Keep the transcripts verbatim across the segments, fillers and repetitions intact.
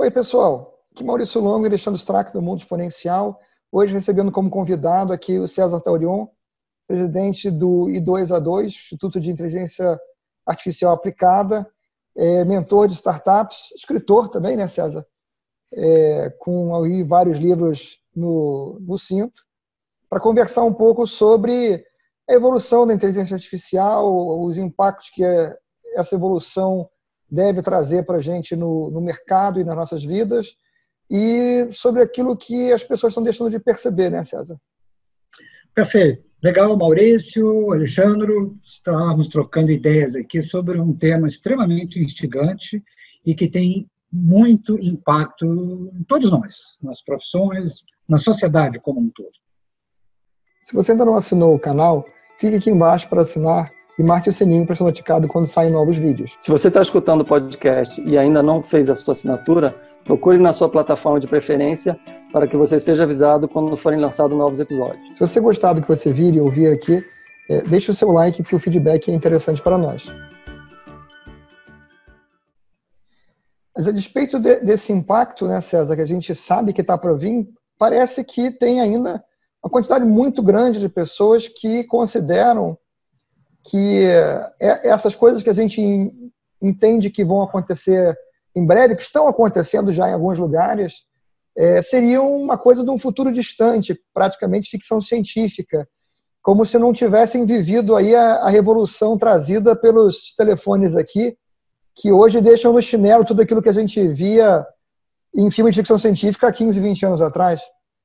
Oi, pessoal. Aqui Maurício Longo e Alexandre Strack do Mundo Exponencial. Hoje recebendo como convidado aqui o César Taurion, presidente do I dois A dois, Instituto de Inteligência Artificial Aplicada, é, mentor de startups, escritor também, né, César? É, com aí, vários livros no, no cinto, para conversar um pouco sobre a evolução da inteligência artificial, os impactos que essa evolução deve trazer para a gente no, no mercado e nas nossas vidas, e sobre aquilo que as pessoas estão deixando de perceber, né, César? Perfeito. Legal, Maurício, Alexandre, estamos trocando ideias aqui sobre um tema extremamente instigante e que tem muito impacto em todos nós, nas profissões, na sociedade como um todo. Se você ainda não assinou o canal, clique aqui embaixo para assinar e marque o sininho para ser notificado quando saem novos vídeos. Se você está escutando o podcast e ainda não fez a sua assinatura, procure na sua plataforma de preferência para que você seja avisado quando forem lançados novos episódios. Se você gostar do que você vir e ouvir aqui, é, deixe o seu like, que o feedback é interessante para nós. Mas a despeito de, desse impacto, né, César, que a gente sabe que está para vir, parece que tem ainda uma quantidade muito grande de pessoas que consideram que essas coisas que a gente entende que vão acontecer em breve, que estão acontecendo já em alguns lugares, é, seriam uma coisa de um futuro distante, praticamente ficção científica, como se não tivessem vivido aí a, a revolução trazida pelos telefones aqui, que hoje deixam no chinelo tudo aquilo que a gente via em filme de ficção científica há quinze, vinte anos atrás.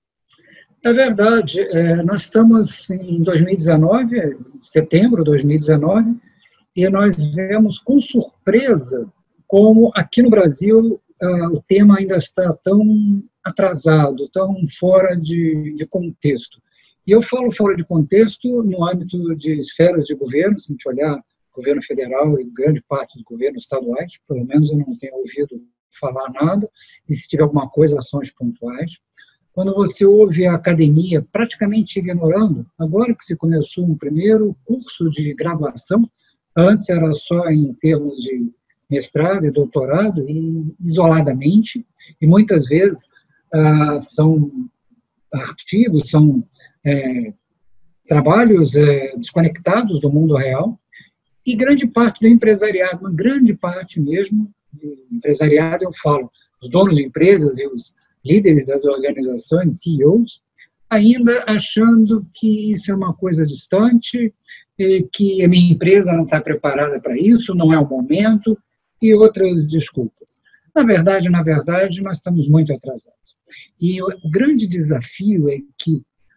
É verdade. É, nós estamos em dois mil e dezenove, setembro de dois mil e dezenove, e nós vemos com surpresa como aqui no Brasil uh, o tema ainda está tão atrasado, tão fora de, de contexto. E eu falo fora de contexto no âmbito de esferas de governo, se a gente olhar governo federal e grande parte dos governos estaduais, pelo menos eu não tenho ouvido falar nada, e se tiver alguma coisa, ações pontuais. Quando você ouve a academia praticamente ignorando, agora que se começou um primeiro curso de graduação, antes era só em termos de mestrado e doutorado, e isoladamente, e muitas vezes ah, são artigos, são é, trabalhos é, desconectados do mundo real, e grande parte do empresariado, uma grande parte mesmo do empresariado, eu falo, os donos de empresas e os líderes das organizações, C E Os, ainda achando que isso é uma coisa distante, que a minha empresa não está preparada para isso, não é o momento, e outras desculpas. Na verdade, na verdade, nós estamos muito atrasados. E o grande desafio é que,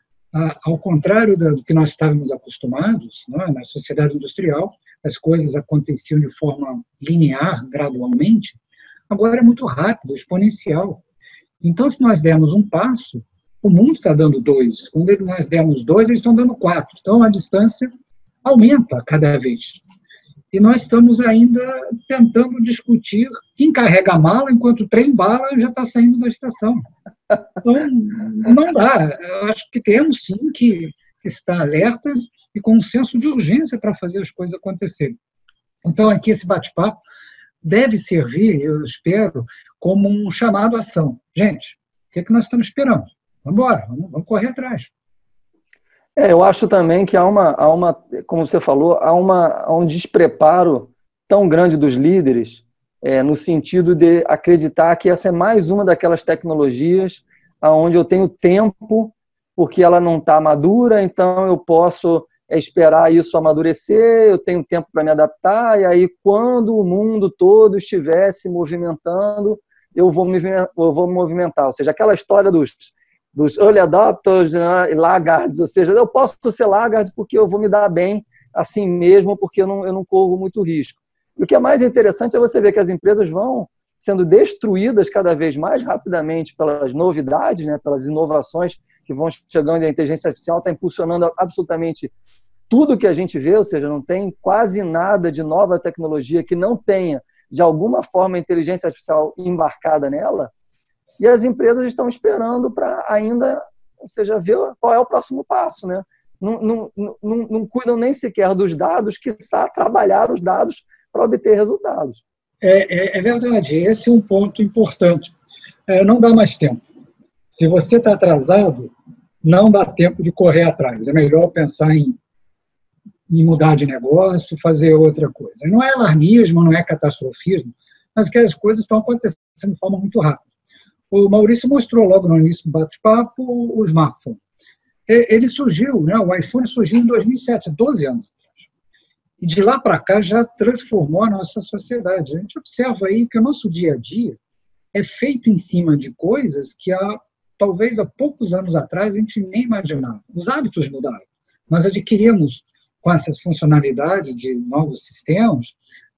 ao contrário do que nós estávamos acostumados, né, na sociedade industrial, as coisas aconteciam de forma linear, gradualmente, agora é muito rápido, exponencial. Então, se nós dermos um passo, o mundo está dando dois. Quando nós dermos dois, eles estão dando quatro. Então, a distância aumenta cada vez. E nós estamos ainda tentando discutir quem carrega a mala, enquanto o trem bala já está saindo da estação. Então, não dá. Eu acho que temos, sim, que estar alertas e com um senso de urgência para fazer as coisas acontecerem. Então, aqui, esse bate-papo deve servir, eu espero, como um chamado à ação. Gente, o que, é que nós estamos esperando? Vamos embora, vamos, vamos correr atrás. É, eu acho também que há uma, há uma, como você falou, há, uma, há um despreparo tão grande dos líderes, é, no sentido de acreditar que essa é mais uma daquelas tecnologias onde eu tenho tempo, porque ela não está madura, então eu posso esperar isso amadurecer, eu tenho tempo para me adaptar, e aí quando o mundo todo estiver se movimentando, eu vou me, eu vou me movimentar. Ou seja, aquela história dos dos early adopters, né, laggards, ou seja, eu posso ser laggard porque eu vou me dar bem assim mesmo, porque eu não, eu não corro muito risco. E o que é mais interessante é você ver que as empresas vão sendo destruídas cada vez mais rapidamente pelas novidades, né, pelas inovações que vão chegando, e a inteligência artificial está impulsionando absolutamente tudo que a gente vê, ou seja, não tem quase nada de nova tecnologia que não tenha, de alguma forma, a inteligência artificial embarcada nela. E as empresas estão esperando para ainda, ou seja, ver qual é o próximo passo, né? Não, não, não, não cuidam nem sequer dos dados, quiçá trabalhar os dados para obter resultados. É, é, é verdade, esse é um ponto importante. é, não dá mais tempo. Se você está atrasado, não dá tempo de correr atrás. É melhor pensar em, em mudar de negócio, fazer outra coisa. Não é alarmismo, não é catastrofismo, mas que as coisas estão acontecendo de forma muito rápida. O Maurício mostrou logo no início do bate-papo o smartphone. Ele surgiu, né, o iPhone surgiu em dois mil e sete, doze anos. E de lá para cá já transformou a nossa sociedade. A gente observa aí que o nosso dia a dia é feito em cima de coisas que há, talvez há poucos anos atrás a gente nem imaginava. Os hábitos mudaram. Nós adquirimos, com essas funcionalidades de novos sistemas,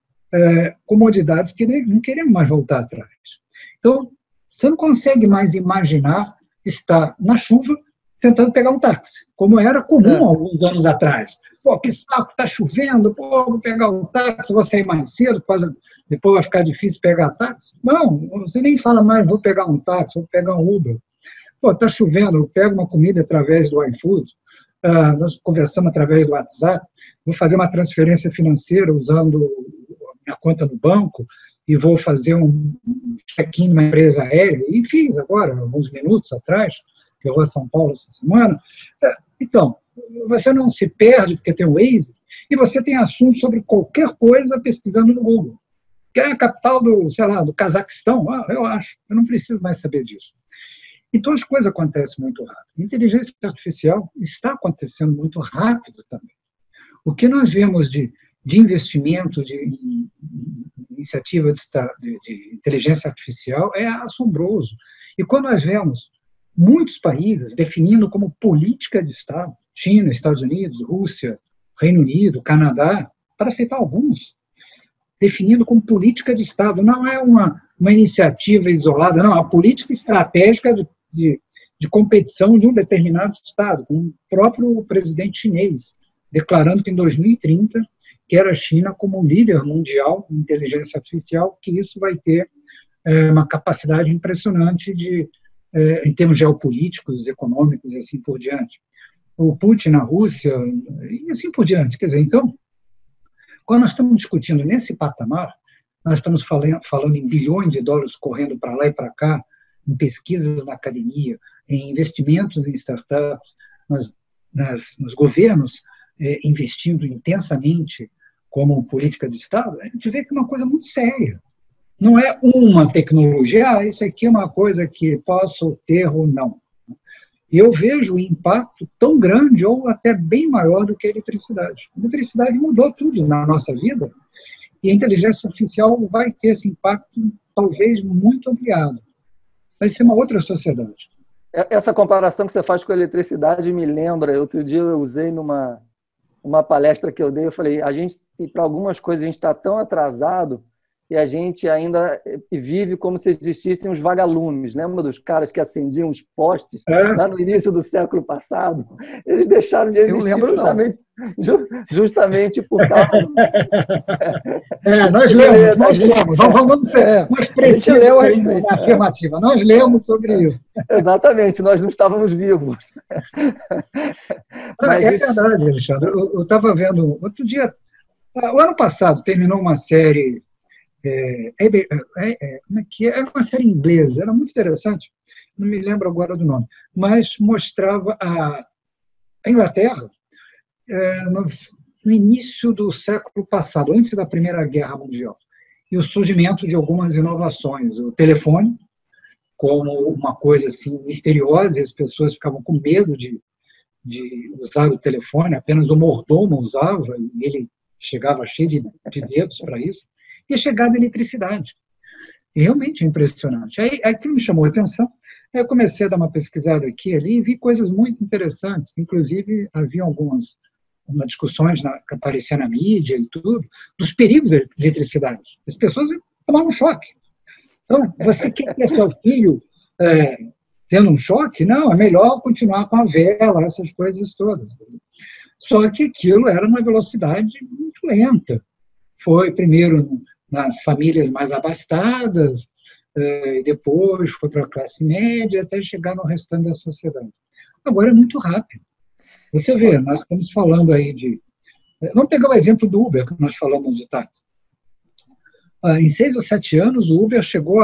é, comodidades que não queremos mais voltar atrás. Então, você não consegue mais imaginar estar na chuva tentando pegar um táxi, como era comum é. alguns anos atrás. Pô, que saco, está chovendo, pô, vou pegar um táxi, vou sair mais cedo, depois vai ficar difícil pegar táxi. Não, você nem fala mais, vou pegar um táxi, vou pegar um Uber. Pô, está chovendo, eu pego uma comida através do iFood, uh, nós conversamos através do WhatsApp, vou fazer uma transferência financeira usando a minha conta no banco, e vou fazer um check-in numa empresa aérea, e fiz agora, alguns minutos atrás, que eu vou a São Paulo essa semana. Então, você não se perde porque tem o Waze, e você tem assunto sobre qualquer coisa pesquisando no Google. Que é a capital do, sei lá, do Cazaquistão? Ah, eu acho, eu não preciso mais saber disso. Então, as coisas acontecem muito rápido. A inteligência artificial está acontecendo muito rápido também. O que nós vemos de, de investimento, de, de iniciativa de, de, de inteligência artificial é assombroso. E quando nós vemos muitos países definindo como política de Estado, China, Estados Unidos, Rússia, Reino Unido, Canadá, para citar alguns, definindo como política de Estado. Não é uma, uma iniciativa isolada, não, é uma política estratégica de, de, de competição de um determinado Estado, com o próprio presidente chinês, declarando que em dois mil e trinta quer a China como líder mundial em inteligência artificial, que isso vai ter é, uma capacidade impressionante de em termos geopolíticos, econômicos e assim por diante. O Putin na Rússia e assim por diante. Quer dizer, então, quando nós estamos discutindo nesse patamar, nós estamos falando, falando em bilhões de dólares correndo para lá e para cá, em pesquisas na academia, em investimentos em startups, nas, nas, nos governos é, investindo intensamente como política de Estado, a gente vê que é uma coisa muito séria. Não é uma tecnologia, ah, isso aqui é uma coisa que posso ter ou não. E eu vejo o impacto tão grande ou até bem maior do que a eletricidade. A eletricidade mudou tudo na nossa vida e a inteligência artificial vai ter esse impacto talvez muito ampliado. Vai ser uma outra sociedade. Essa comparação que você faz com a eletricidade me lembra, outro dia eu usei numa uma palestra que eu dei, eu falei, a gente, para algumas coisas a gente está tão atrasado e a gente ainda vive como se existissem os vagalumes. Lembra dos caras que acendiam os postes é. lá no início do século passado? Eles deixaram de existir lembro, justamente, ju, justamente por causa... É, nós lemos, nós lemos. Vamos, vamos ser é, mais precisos na afirmativa. Nós lemos sobre isso. Exatamente, nós não estávamos vivos. Mas é isso... verdade, Alexandre. Eu estava vendo... Outro dia, o ano passado, terminou uma série... É, é, é, como é que é? Era uma série inglesa, era muito interessante, não me lembro agora do nome, mas mostrava a, a Inglaterra é, no, no início do século passado, antes da Primeira Guerra Mundial, e o surgimento de algumas inovações. O telefone, como uma coisa assim misteriosa, as pessoas ficavam com medo de, de usar o telefone, apenas o mordomo usava, e ele chegava cheio de, de dedos para isso. E a chegada da eletricidade. E realmente é impressionante. Aí, aquilo me chamou a atenção. Aí eu comecei a dar uma pesquisada aqui e ali e vi coisas muito interessantes. Inclusive, havia algumas, algumas discussões na, que apareciam na mídia e tudo, dos perigos da eletricidade. As pessoas tomavam um choque. Então, você quer ter seu filho é, tendo um choque? Não, é melhor continuar com a vela, essas coisas todas. Só que aquilo era uma velocidade muito lenta. Foi primeiro nas famílias mais abastadas, e depois foi para a classe média, até chegar no restante da sociedade. Agora é muito rápido. Você vê, nós estamos falando aí de... Vamos pegar o exemplo do Uber, que nós falamos de táxi. Em seis ou sete anos, o Uber chegou a,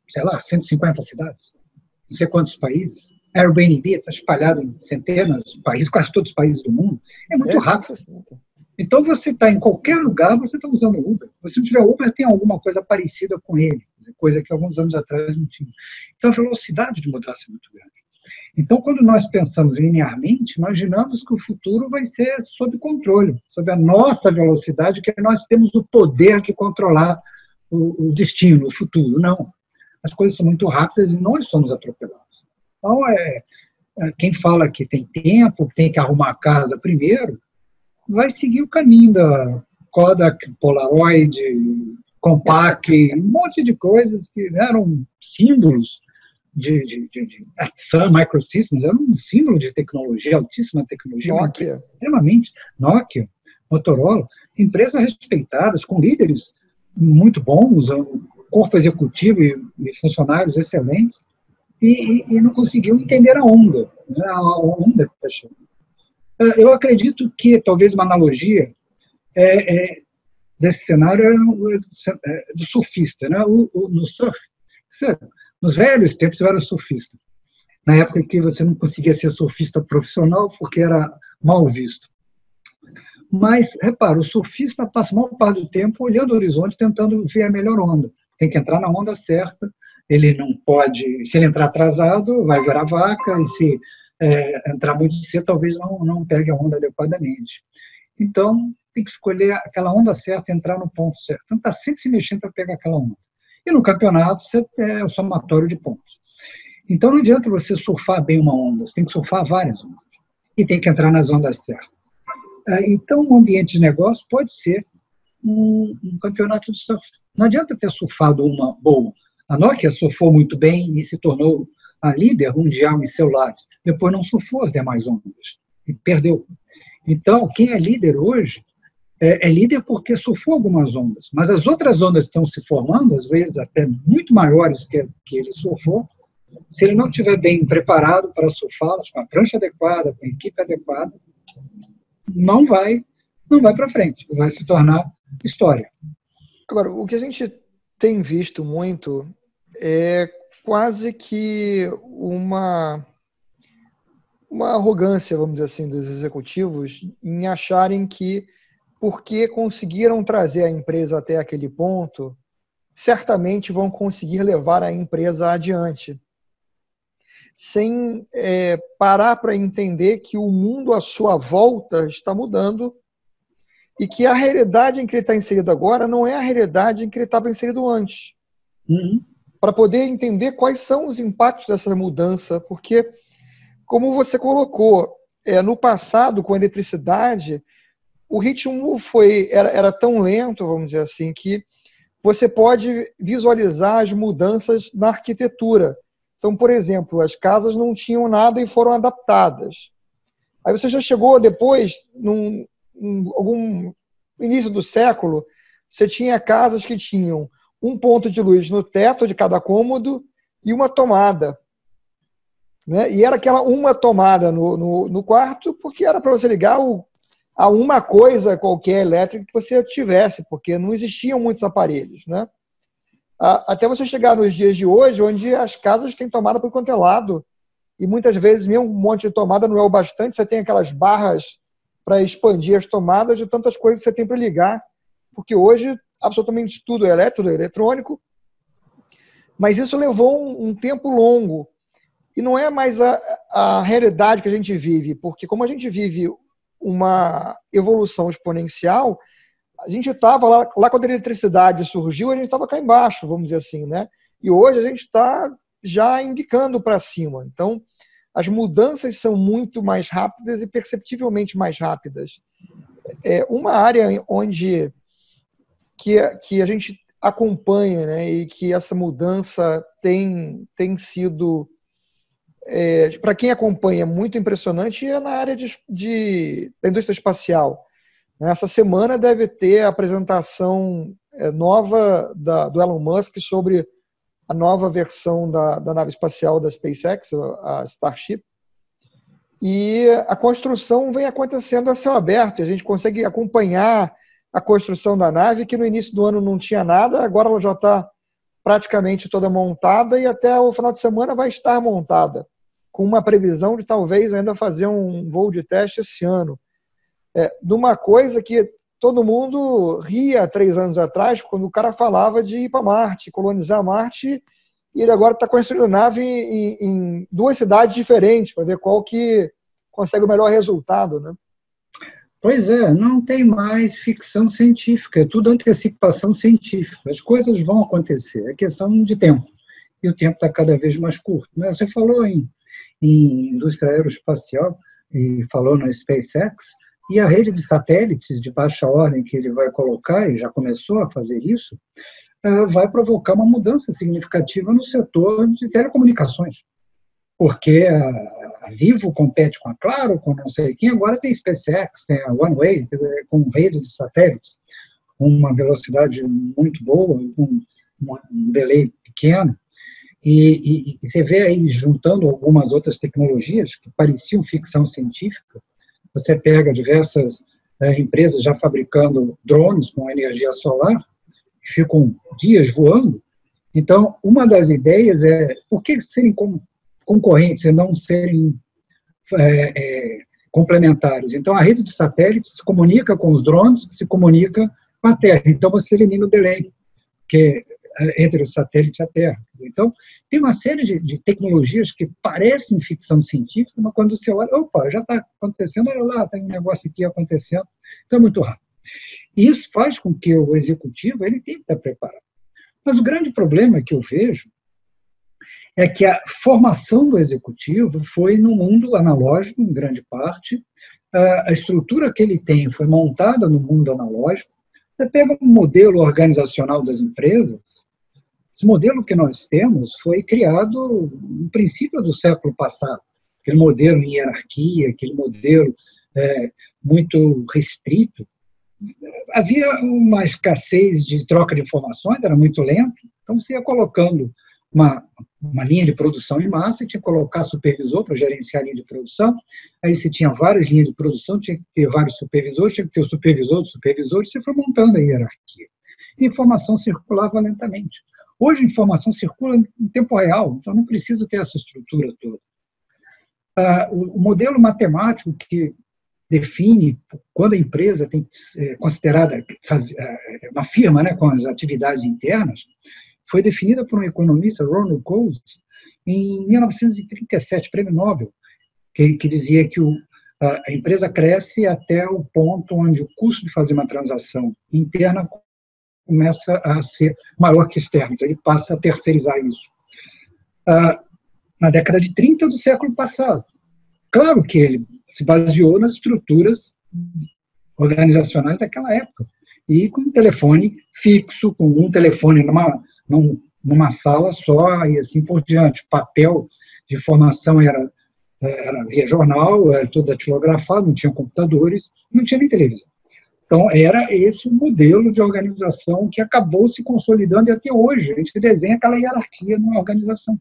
sei lá, cento e cinquenta cidades, não sei quantos países. Airbnb está espalhado em centenas de países, quase todos os países do mundo. É muito é, rápido. Então, você está em qualquer lugar, você está usando o Uber. Se não tiver Uber, tem alguma coisa parecida com ele, coisa que alguns anos atrás não tinha. Então, a velocidade de mudança é muito grande. Então, quando nós pensamos linearmente, imaginamos que o futuro vai ser sob controle, sob a nossa velocidade, que nós temos o poder de controlar o, o destino, o futuro. Não. As coisas são muito rápidas e nós somos atropelados. Então, é, é, quem fala que tem tempo, que tem que arrumar a casa primeiro, vai seguir o caminho da Kodak, Polaroid, Compaq, um monte de coisas que eram símbolos de, de, de, de Sun Microsystems, era um símbolo de tecnologia, altíssima tecnologia. Nokia. Extremamente. Nokia, Motorola, empresas respeitadas, com líderes muito bons, corpo executivo e, e funcionários excelentes, e, e, e não conseguiu entender a onda, né, a onda que está chegando. Eu acredito que, talvez, uma analogia é, é, desse cenário é do surfista. Né? O, o, no surf, nos velhos tempos, eu era surfista. Na época em que você não conseguia ser surfista profissional porque era mal visto. Mas, repara, o surfista passa a maior parte do tempo olhando o horizonte, tentando ver a melhor onda. Tem que entrar na onda certa, ele não pode... Se ele entrar atrasado, vai virar vaca, e se é, entrar muito cedo, talvez não, não pegue a onda adequadamente. Então, tem que escolher aquela onda certa e entrar no ponto certo. Então, está sempre se mexendo para pegar aquela onda. E no campeonato, você é o somatório de pontos. Então, não adianta você surfar bem uma onda, você tem que surfar várias ondas. E tem que entrar nas ondas certas. Então, um ambiente de negócio pode ser um, um campeonato de surf. Não adianta ter surfado uma boa. A Nokia surfou muito bem e se tornou a líder mundial em celulares. Depois não surfou as demais ondas e perdeu. Então, quem é líder hoje é, é líder porque surfou algumas ondas. Mas as outras ondas estão se formando, às vezes até muito maiores que, que ele surfou. Se ele não estiver bem preparado para surfá-las, com a prancha adequada, com a equipe adequada, não vai, não vai para frente, vai se tornar história. Agora, o que a gente tem visto muito é quase que uma, uma arrogância, vamos dizer assim, dos executivos em acharem que, porque conseguiram trazer a empresa até aquele ponto, certamente vão conseguir levar a empresa adiante, sem é, parar para entender que o mundo à sua volta está mudando e que a realidade em que ele está inserido agora não é a realidade em que ele estava inserido antes. Uhum. Para poder entender quais são os impactos dessa mudança, porque, como você colocou, é, no passado, com a eletricidade, o ritmo foi, era, era tão lento, vamos dizer assim, que você pode visualizar as mudanças na arquitetura. Então, por exemplo, as casas não tinham nada e foram adaptadas. Aí você já chegou depois, num, em algum início do século, você tinha casas que tinham um ponto de luz no teto de cada cômodo e uma tomada. Né? E era aquela uma tomada no, no, no quarto, porque era para você ligar o, a uma coisa qualquer elétrica que você tivesse, porque não existiam muitos aparelhos, né? Até você chegar nos dias de hoje, onde as casas têm tomada por quanto é lado, e muitas vezes mesmo um monte de tomada não é o bastante, você tem aquelas barras para expandir as tomadas de tantas coisas que você tem para ligar, porque hoje absolutamente tudo é elétrico, tudo é eletrônico, mas isso levou um, um tempo longo, e não é mais a, a realidade que a gente vive, porque como a gente vive uma evolução exponencial, a gente estava lá, lá quando a eletricidade surgiu, a gente estava cá embaixo, vamos dizer assim, né? E hoje a gente está já indicando para cima. Então, as mudanças são muito mais rápidas e perceptivelmente mais rápidas. É uma área onde que, que a gente acompanha, né, e que essa mudança tem, tem sido, é, para quem acompanha, muito impressionante, é na área de, de, da indústria espacial. Essa semana deve ter a apresentação nova da, do Elon Musk sobre a nova versão da, da nave espacial da SpaceX, a Starship. E a construção vem acontecendo a céu aberto. A gente consegue acompanhar a construção da nave, que no início do ano não tinha nada, agora ela já está praticamente toda montada e até o final de semana vai estar montada, com uma previsão de talvez ainda fazer um voo de teste esse ano. É, de uma coisa que todo mundo ria há três anos atrás, quando o cara falava de ir para Marte, colonizar Marte, e ele agora está construindo nave em, em duas cidades diferentes, para ver qual que consegue o melhor resultado, né? Pois é, não tem mais ficção científica, é tudo antecipação científica. As coisas vão acontecer, é questão de tempo. E o tempo está cada vez mais curto, né? Você falou em, em indústria aeroespacial e falou na SpaceX, e a rede de satélites de baixa ordem que ele vai colocar, e já começou a fazer isso, vai provocar uma mudança significativa no setor de telecomunicações. Porque a Vivo compete com a Claro, com não sei quem, agora tem SpaceX, tem a OneWay, com rede de satélites, com uma velocidade muito boa, com um delay pequeno, e, e, e você vê aí, juntando algumas outras tecnologias que pareciam ficção científica, você pega diversas é, empresas já fabricando drones com energia solar, que ficam dias voando. Então, uma das ideias é, por que serem concorrentes e não serem é, é, complementares? Então, a rede de satélites se comunica com os drones, se comunica com a Terra. Então, você elimina o delay que é entre o satélite e a Terra. Então, tem uma série de, de tecnologias que parecem ficção científica, mas quando você olha, opa, já está acontecendo, olha lá, tem um negócio aqui acontecendo. Então, é muito rápido. E isso faz com que o executivo ele tenha que estar preparado. Mas o grande problema que eu vejo é que a formação do executivo foi no mundo analógico, em grande parte. A estrutura que ele tem foi montada no mundo analógico. Você pega um modelo organizacional das empresas, esse modelo que nós temos foi criado no princípio do século passado. Aquele modelo em hierarquia, aquele modelo é, muito restrito. Havia uma escassez de troca de informações, era muito lento, então você ia colocando uma, uma linha de produção em massa, e tinha que colocar supervisor para gerenciar a linha de produção, aí você tinha várias linhas de produção, tinha que ter vários supervisores, tinha que ter o supervisor do supervisor, e você foi montando a hierarquia. E a informação circulava lentamente. Hoje a informação circula em tempo real, então não precisa ter essa estrutura toda. Ah, o, o modelo matemático que define quando a empresa tem que ser considerada uma firma, né, com as atividades internas, foi definida por um economista, Ronald Coase, em mil novecentos e trinta e sete, prêmio Nobel, que, que dizia que o, a empresa cresce até o ponto onde o custo de fazer uma transação interna começa a ser maior que externo, então ele passa a terceirizar isso. Ah, na década de trinta do século passado. Claro que ele se baseou nas estruturas organizacionais daquela época, e com um telefone fixo, com um telefone numa, numa sala só, e assim por diante. O papel de informação era, era via jornal, era tudo datilografado, não tinha computadores, não tinha nem televisão. Então, era esse o modelo de organização que acabou se consolidando, e até hoje a gente desenha aquela hierarquia numa organização.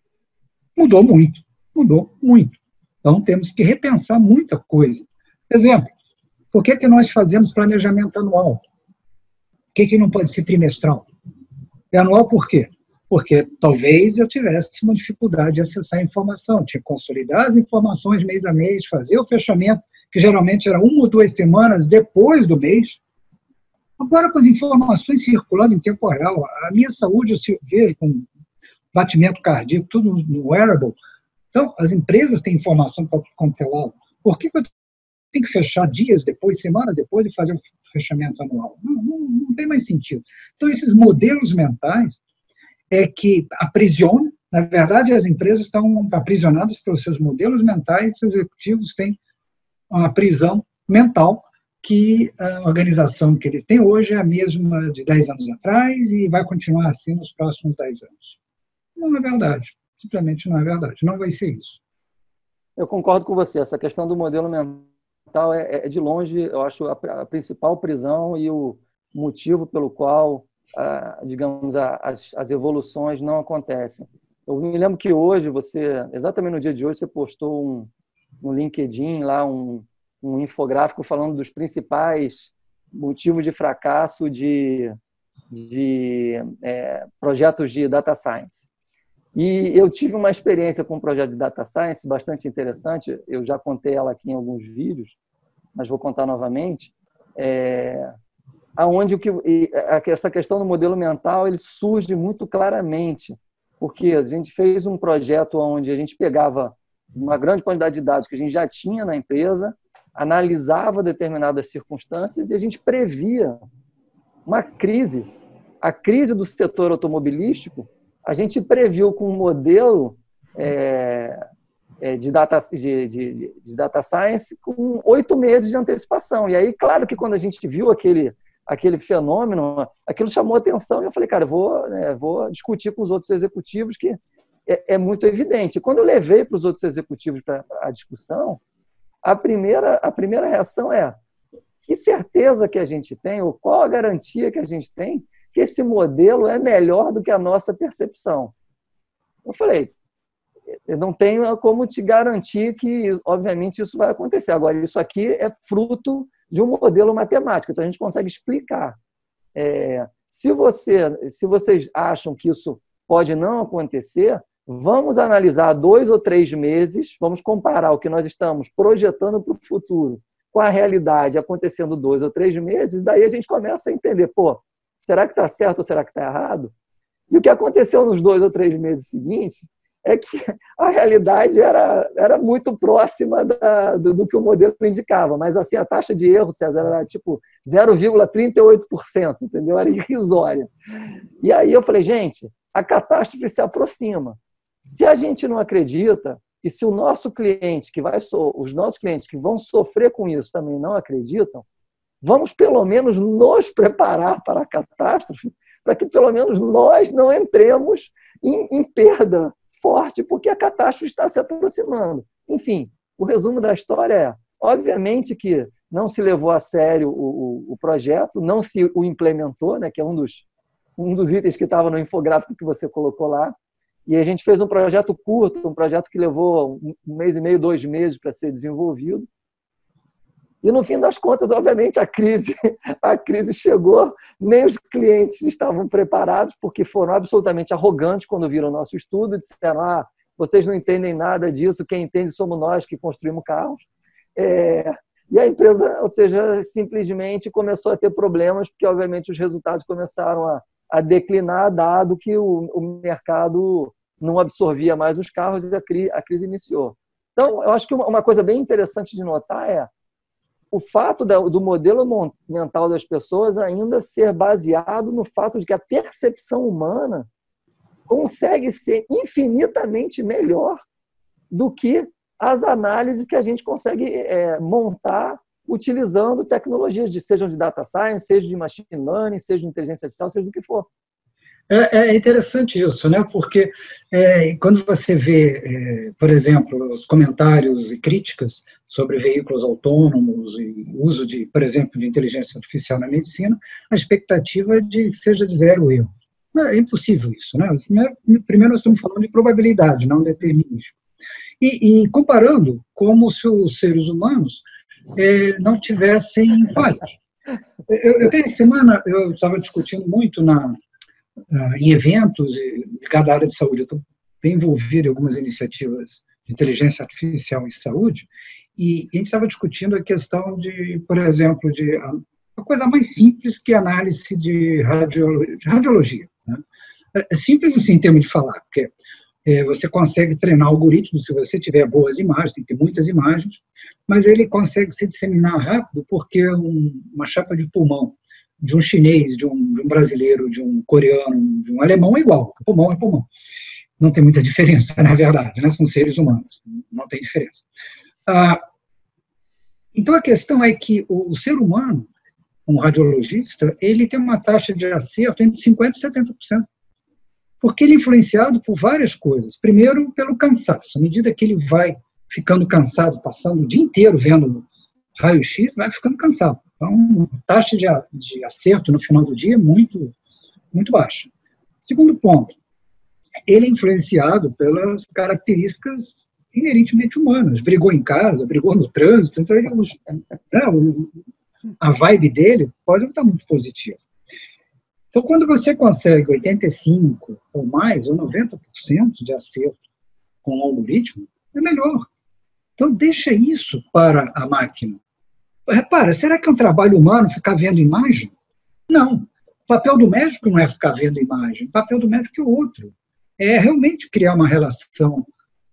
Mudou muito, mudou muito. Então, temos que repensar muita coisa. Exemplo, por que, que nós fazemos planejamento anual? Por que, que não pode ser trimestral? É anual por quê? Porque talvez eu tivesse uma dificuldade de acessar a informação. Tinha que consolidar as informações mês a mês, fazer o fechamento, que geralmente era uma ou duas semanas depois do mês. Agora, com as informações circulando em tempo real, a minha saúde eu vejo com batimento cardíaco, tudo no wearable. Então, as empresas têm informação para quanto é lado. Por que eu tenho que fechar dias depois, semanas depois, e fazer o fechamento anual? Não, não, não tem mais sentido. Então, esses modelos mentais é que aprisionam. Na verdade, as empresas estão aprisionadas pelos seus modelos mentais, e os executivos têm uma prisão mental que a organização que ele tem hoje é a mesma de dez anos atrás e vai continuar assim nos próximos dez anos. Não é verdade. Simplesmente não é verdade. Não vai ser isso. Eu concordo com você. Essa questão do modelo mental é, é de longe, eu acho, a, a principal prisão e o motivo pelo qual, a, digamos, a, as, as evoluções não acontecem. Eu me lembro que hoje você, exatamente no dia de hoje, você postou um, no LinkedIn lá um, um infográfico falando dos principais motivos de fracasso de, de é, projetos de data science. E eu tive uma experiência com um projeto de data science bastante interessante, eu já contei ela aqui em alguns vídeos, mas vou contar novamente, é, aonde o que, essa questão do modelo mental ele surge muito claramente, porque a gente fez um projeto onde a gente pegava uma grande quantidade de dados que a gente já tinha na empresa, analisava determinadas circunstâncias e a gente previa uma crise. A crise do setor automobilístico, a gente previu com um modelo é, de, data, de, de, de data science com oito meses de antecipação. E aí, claro que quando a gente viu aquele, aquele fenômeno, aquilo chamou atenção e eu falei, cara, eu vou, né, vou discutir com os outros executivos que é, é muito evidente. E quando eu levei para os outros executivos para a discussão, a primeira, a primeira reação é: que certeza que a gente tem, ou qual a garantia que a gente tem que esse modelo é melhor do que a nossa percepção? Eu falei, eu não tenho como te garantir que, obviamente, isso vai acontecer. Agora, isso aqui é fruto de um modelo matemático, então a gente consegue explicar. É, se, você, se vocês acham que isso pode não acontecer, vamos analisar dois ou três meses, vamos comparar o que nós estamos projetando para o futuro com a realidade acontecendo dois ou três meses, daí a gente começa a entender, pô, será que está certo ou será que está errado? E o que aconteceu nos dois ou três meses seguintes é que a realidade era, era muito próxima da, do, do que o modelo indicava, mas assim, a taxa de erro, César, era tipo zero vírgula trinta e oito por cento, entendeu? Era irrisória. E aí eu falei, gente, a catástrofe se aproxima. Se a gente não acredita, e se o nosso cliente, que vai so, os nossos clientes que vão sofrer com isso também não acreditam, vamos pelo menos nos preparar para a catástrofe, para que pelo menos nós não entremos em, em perda forte, porque a catástrofe está se aproximando. Enfim, o resumo da história é, obviamente que não se levou a sério o, o, o projeto, não se o implementou, né, que é um dos, um dos itens que estava no infográfico que você colocou lá. E a gente fez um projeto curto, um projeto que levou um mês e meio, dois meses para ser desenvolvido. E, no fim das contas, obviamente, a crise, a crise chegou, nem os clientes estavam preparados, porque foram absolutamente arrogantes quando viram o nosso estudo e disseram, ah, vocês não entendem nada disso, quem entende somos nós que construímos carros. É, e a empresa, ou seja, simplesmente começou a ter problemas, porque, obviamente, os resultados começaram a a declinar, dado que o, o mercado não absorvia mais os carros e a crise, a crise iniciou. Então, eu acho que uma, uma coisa bem interessante de notar é o fato da, do modelo mental das pessoas ainda ser baseado no fato de que a percepção humana consegue ser infinitamente melhor do que as análises que a gente consegue é, montar utilizando tecnologias, de, sejam de data science, seja de machine learning, seja de inteligência artificial, seja do que for. É, é interessante isso, né? Porque é, quando você vê, é, por exemplo, os comentários e críticas sobre veículos autônomos e uso de, por exemplo, de inteligência artificial na medicina, a expectativa é de que seja de zero erro. É impossível isso, né? Primeiro nós estamos falando de probabilidade, não determinismo. E, e comparando como se os seres humanos É, não tivessem falhas. Eu, eu tenho semana, eu estava discutindo muito na, na, em eventos ligados à área de saúde. Eu estou bem envolvido em algumas iniciativas de inteligência artificial em saúde, e a gente estava discutindo a questão de, por exemplo, de uma coisa mais simples que a análise de, radiolo, de radiologia. Né? É simples assim, em termos de falar, porque é, você consegue treinar algoritmos se você tiver boas imagens, tem que ter muitas imagens, mas ele consegue se disseminar rápido porque um, uma chapa de pulmão de um chinês, de um, de um brasileiro, de um coreano, de um alemão é igual. Pulmão é pulmão. Não tem muita diferença, na verdade, né? São seres humanos, não tem diferença. Ah, então, a questão é que o, o ser humano, um radiologista, ele tem uma taxa de acerto entre cinquenta por cento e setenta por cento, porque ele é influenciado por várias coisas. Primeiro, pelo cansaço. À medida que ele vai ficando cansado, passando o dia inteiro vendo raio-x, vai ficando cansado. Então, a taxa de, de acerto no final do dia é muito, muito baixa. Segundo ponto, ele é influenciado pelas características inerentemente humanas. Brigou em casa, brigou no trânsito, então ele, né, a vibe dele pode não estar muito positiva. Então, quando você consegue oitenta e cinco por cento ou mais, ou noventa por cento de acerto com o algoritmo, é melhor. Então, deixa isso para a máquina. Repara, será que é um trabalho humano ficar vendo imagem? Não. O papel do médico não é ficar vendo imagem. O papel do médico é outro. É realmente criar uma relação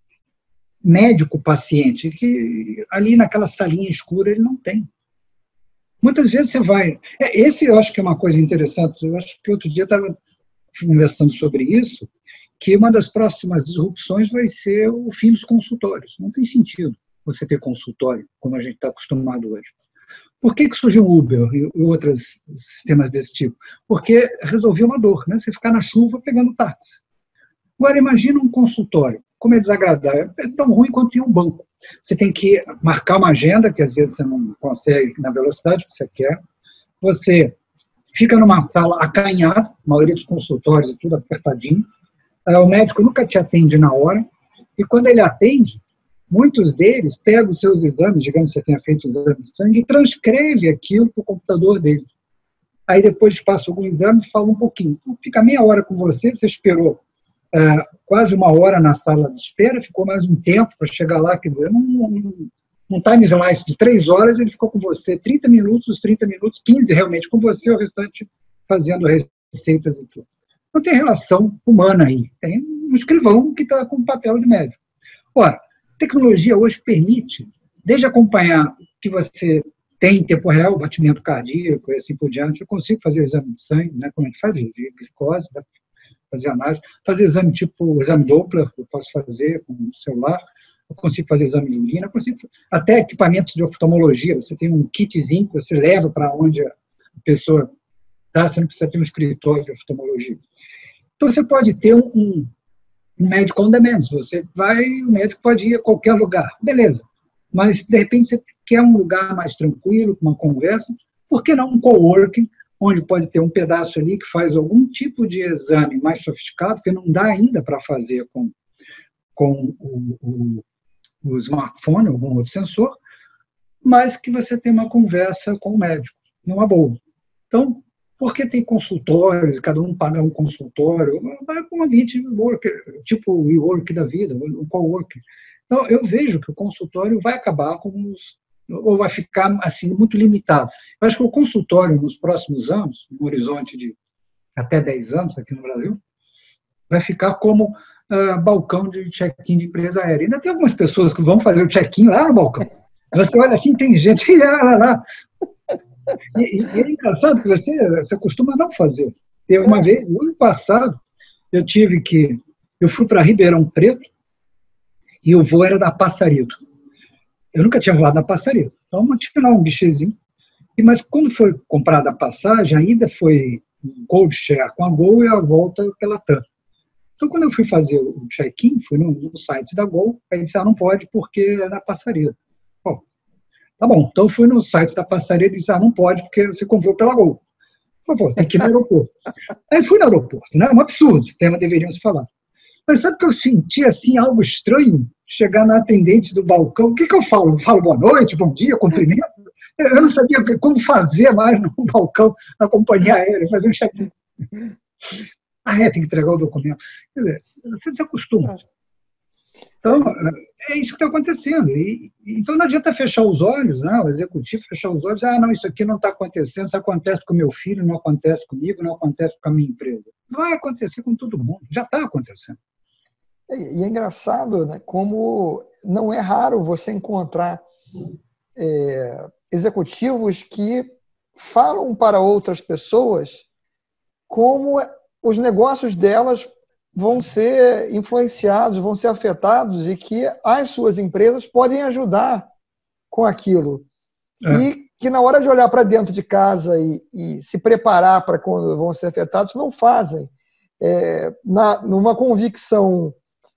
médico-paciente, que ali naquela salinha escura ele não tem. Muitas vezes você vai... É, esse eu acho que é uma coisa interessante. Eu acho que outro dia eu estava conversando sobre isso, que uma das próximas disrupções vai ser o fim dos consultórios. Não tem sentido você ter consultório, como a gente está acostumado hoje. Por que, que surgiu o Uber e outros sistemas desse tipo? Porque resolveu uma dor, né? Você ficar na chuva pegando táxi. Agora, imagina um consultório. Como é desagradável. É tão ruim quanto tem um banco. Você tem que marcar uma agenda, que às vezes você não consegue na velocidade que você quer. Você fica numa sala acanhada, a maioria dos consultórios é tudo apertadinho. O médico nunca te atende na hora. E quando ele atende, muitos deles pegam os seus exames, digamos que você tenha feito o exame de sangue, e transcreve aquilo para o computador dele. Aí depois passa algum exame e fala um pouquinho. Então, fica meia hora com você, você esperou uh, quase uma hora na sala de espera, ficou mais um tempo para chegar lá, quer dizer, num, num time slice de três horas, ele ficou com você trinta minutos, os trinta minutos, quinze realmente com você, o restante fazendo receitas e tudo. Não tem relação humana aí, tem um escrivão que está com papel de médico. Ora, a tecnologia hoje permite, desde acompanhar o que você tem em tempo real, batimento cardíaco e assim por diante, eu consigo fazer exame de sangue, né, como a gente faz, de glicose, né, fazer análise, fazer exame tipo exame Doppler, eu posso fazer com o celular, eu consigo fazer exame de urina, eu consigo até equipamentos de oftalmologia, você tem um kitzinho que você leva para onde a pessoa está, você não precisa ter um escritório de oftalmologia. Então, você pode ter um, um, um médico on demand, você vai, o médico pode ir a qualquer lugar, beleza, mas, de repente, você quer um lugar mais tranquilo, com uma conversa, por que não um coworking, onde pode ter um pedaço ali que faz algum tipo de exame mais sofisticado, que não dá ainda para fazer com, com o, o, o smartphone, algum outro sensor, mas que você tem uma conversa com o médico, numa boa. Então, porque tem consultórios, cada um paga um consultório, vai com um ambiente work, tipo o e-work da vida, o coworking. Então, eu vejo que o consultório vai acabar com os, ou vai ficar assim muito limitado. Eu acho que o consultório, nos próximos anos, no horizonte de até dez anos aqui no Brasil, vai ficar como uh, balcão de check-in de empresa aérea. Ainda tem algumas pessoas que vão fazer o check-in lá no balcão. Você olha assim, tem gente lá, lá, lá. E, e é engraçado que você, você costuma não fazer. Teve uma vez, no ano passado, eu tive que... Eu fui para Ribeirão Preto e o voo era da Passarito. Eu nunca tinha voado na Passarito. Então, eu tinha lá um bichezinho. E, mas quando foi comprada a passagem, a ida foi Gold Share com a Gol e a volta pela TAM. Então, quando eu fui fazer o check-in, fui no, no site da Gol, aí disse, ah, não pode porque é da Passarito. Bom, tá bom, então eu fui no site da Passarito e disse, ah, não pode porque você comprou pela Gol. Falei, pô, tem que ir no aeroporto. Aí fui no aeroporto, né? É um absurdo, esse tema deveriam se falar. Mas sabe que eu senti, assim, algo estranho? Chegar na atendente do balcão, o que que eu falo? Eu falo boa noite, bom dia, cumprimento? Eu não sabia como fazer mais no balcão da companhia aérea, fazer um check-in. Ah, é, tem que entregar o documento. Quer dizer, você se acostuma. Então, é isso que está acontecendo. E, então, não adianta fechar os olhos, né? O executivo fechar os olhos, ah, não, isso aqui não está acontecendo, isso acontece com meu filho, não acontece comigo, não acontece com a minha empresa. Vai acontecer com todo mundo, já está acontecendo. E é engraçado, né, como não é raro você encontrar é, executivos que falam para outras pessoas como os negócios delas vão ser influenciados, vão ser afetados e que as suas empresas podem ajudar com aquilo. É. E que na hora de olhar para dentro de casa e, e se preparar para quando vão ser afetados, não fazem. É, na, numa convicção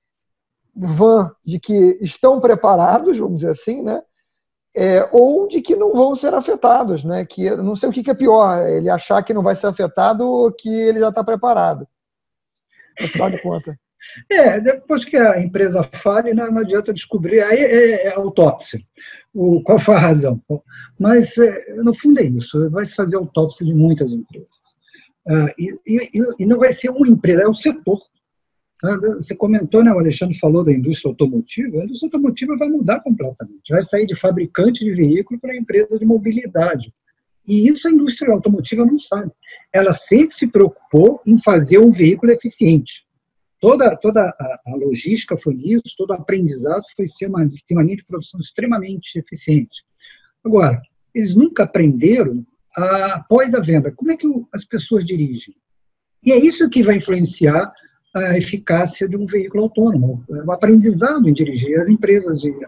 vã de que estão preparados, vamos dizer assim, né? É, ou de que não vão ser afetados, né? Que não sei o que é pior, ele achar que não vai ser afetado ou que ele já está preparado. Afinal de contas. É, depois que a empresa fale, não, não adianta descobrir, aí é, é autópsia. O, qual foi a razão? Mas, é, no fundo, é isso. Vai se fazer autópsia de muitas empresas. Uh, e, e, e não vai ser uma empresa, é o setor. Você comentou, né, o Alexandre falou da indústria automotiva, a indústria automotiva vai mudar completamente, vai sair de fabricante de veículo para empresa de mobilidade. E isso a indústria automotiva não sabe. Ela sempre se preocupou em fazer um veículo eficiente. Toda, toda a, a logística foi nisso, todo o aprendizado foi ser uma, uma linha de produção extremamente eficiente. Agora, eles nunca aprenderam a, após a venda, como é que o, as pessoas dirigem. E é isso que vai influenciar a eficácia de um veículo autônomo, o aprendizado em dirigir as empresas de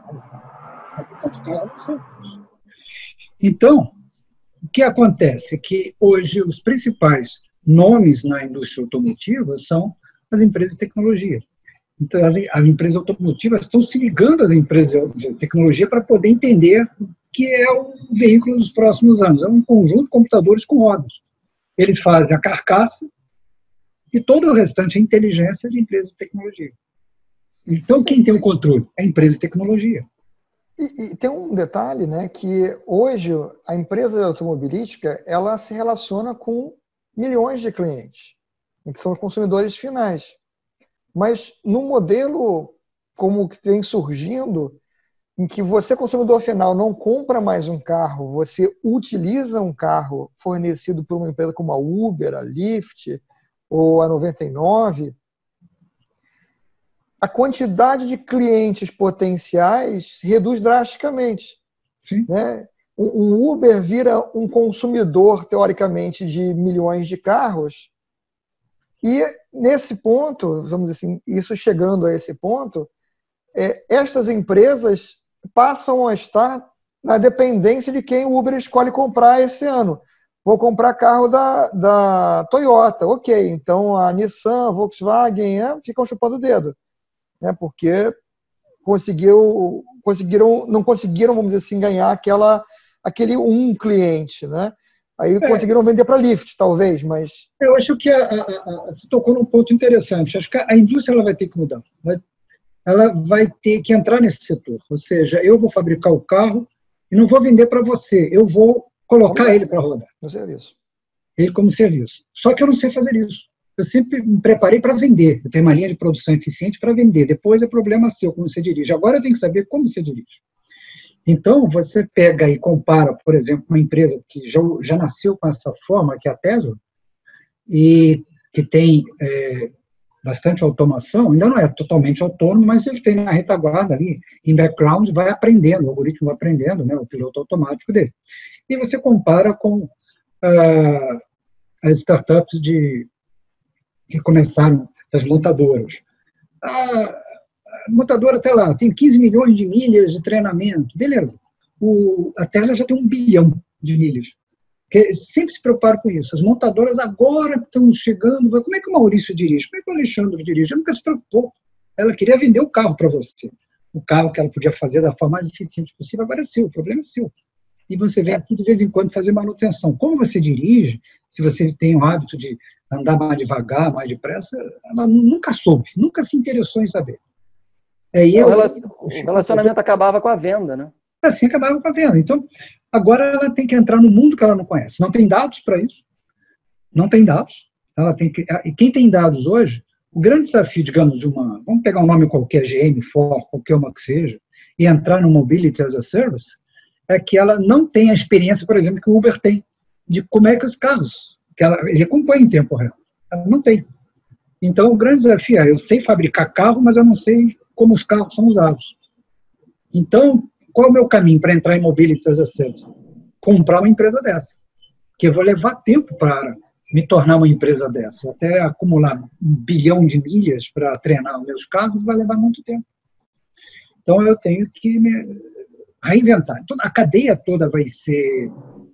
Então, o que acontece é que hoje os principais nomes na indústria automotiva são as empresas de tecnologia. Então, as, as empresas automotivas estão se ligando às empresas de tecnologia para poder entender o que é o veículo dos próximos anos. É um conjunto de computadores com rodas. Eles fazem a carcaça e todo o restante é inteligência de empresas de tecnologia. Então, quem tem o controle? É a empresa de tecnologia. E, e tem um detalhe, né, que hoje a empresa automobilística ela se relaciona com milhões de clientes, que são os consumidores finais. Mas no modelo como que vem surgindo, em que você, consumidor final, não compra mais um carro, você utiliza um carro fornecido por uma empresa como a Uber, a Lyft ou a noventa e nove, a quantidade de clientes potenciais reduz drasticamente. Sim. Né? Um Uber vira um consumidor, teoricamente, de milhões de carros, e nesse ponto, vamos dizer assim, isso chegando a esse ponto, é, estas empresas passam a estar na dependência de quem o Uber escolhe comprar esse ano. Vou comprar carro da, da Toyota, ok, então a Nissan, a Volkswagen é, ficam chupando o dedo, né, porque conseguiu, conseguiram, não conseguiram, vamos dizer assim, ganhar aquela, aquele um cliente, né? Aí é. conseguiram vender para Lyft, talvez, mas... Eu acho que a, a, a, você tocou num ponto interessante. Acho que a indústria ela vai ter que mudar. Vai, ela vai ter que entrar nesse setor. Ou seja, eu vou fabricar o carro e não vou vender para você. Eu vou colocar Vamos ele para rodar. No serviço. Ele como serviço. Só que eu não sei fazer isso. Eu sempre me preparei para vender. Eu tenho uma linha de produção eficiente para vender. Depois é problema seu, como você dirige. Agora eu tenho que saber como você dirige. Então, você pega e compara, por exemplo, uma empresa que já, já nasceu com essa forma, que é a Tesla, e que tem é, bastante automação, ainda não é totalmente autônomo, mas ele tem na retaguarda ali, em background, vai aprendendo, o algoritmo vai aprendendo, né, o piloto automático dele. E você compara com ah, as startups de, que começaram, das montadoras. A, A montadora até lá, tem quinze milhões de milhas de treinamento, beleza. O, a Tesla já tem um bilhão de milhas. Que sempre se prepara com isso. As montadoras agora estão chegando, como é que o Maurício dirige? Como é que o Alexandre dirige? Ela nunca se preocupou. Ela queria vender o carro para você. O carro que ela podia fazer da forma mais eficiente possível, agora é seu, o problema é seu. E você vem aqui de vez em quando fazer manutenção. Como você dirige, se você tem o hábito de andar mais devagar, mais depressa, ela nunca soube, nunca se interessou em saber. É, e eu, o relacionamento acabava com a venda, né? Assim acabava com a venda. Então, agora ela tem que entrar no mundo que ela não conhece. Não tem dados para isso. Não tem dados. Ela tem que, e quem tem dados hoje, o grande desafio, digamos, de uma... Vamos pegar um nome qualquer, G M, Ford, qualquer uma que seja, e entrar no Mobility as a Service, é que ela não tem a experiência, por exemplo, que o Uber tem, de como é que os carros, que ela, ele acompanha em tempo real. Ela não tem. Então, o grande desafio é, eu sei fabricar carro, mas eu não sei como os carros são usados. Então, qual é o meu caminho para entrar em Mobility as a Service? Comprar uma empresa dessa. Que eu vou levar tempo para me tornar uma empresa dessa. Até acumular um bilhão de milhas para treinar os meus carros vai levar muito tempo. Então, eu tenho que me reinventar. Então, a cadeia toda vai ser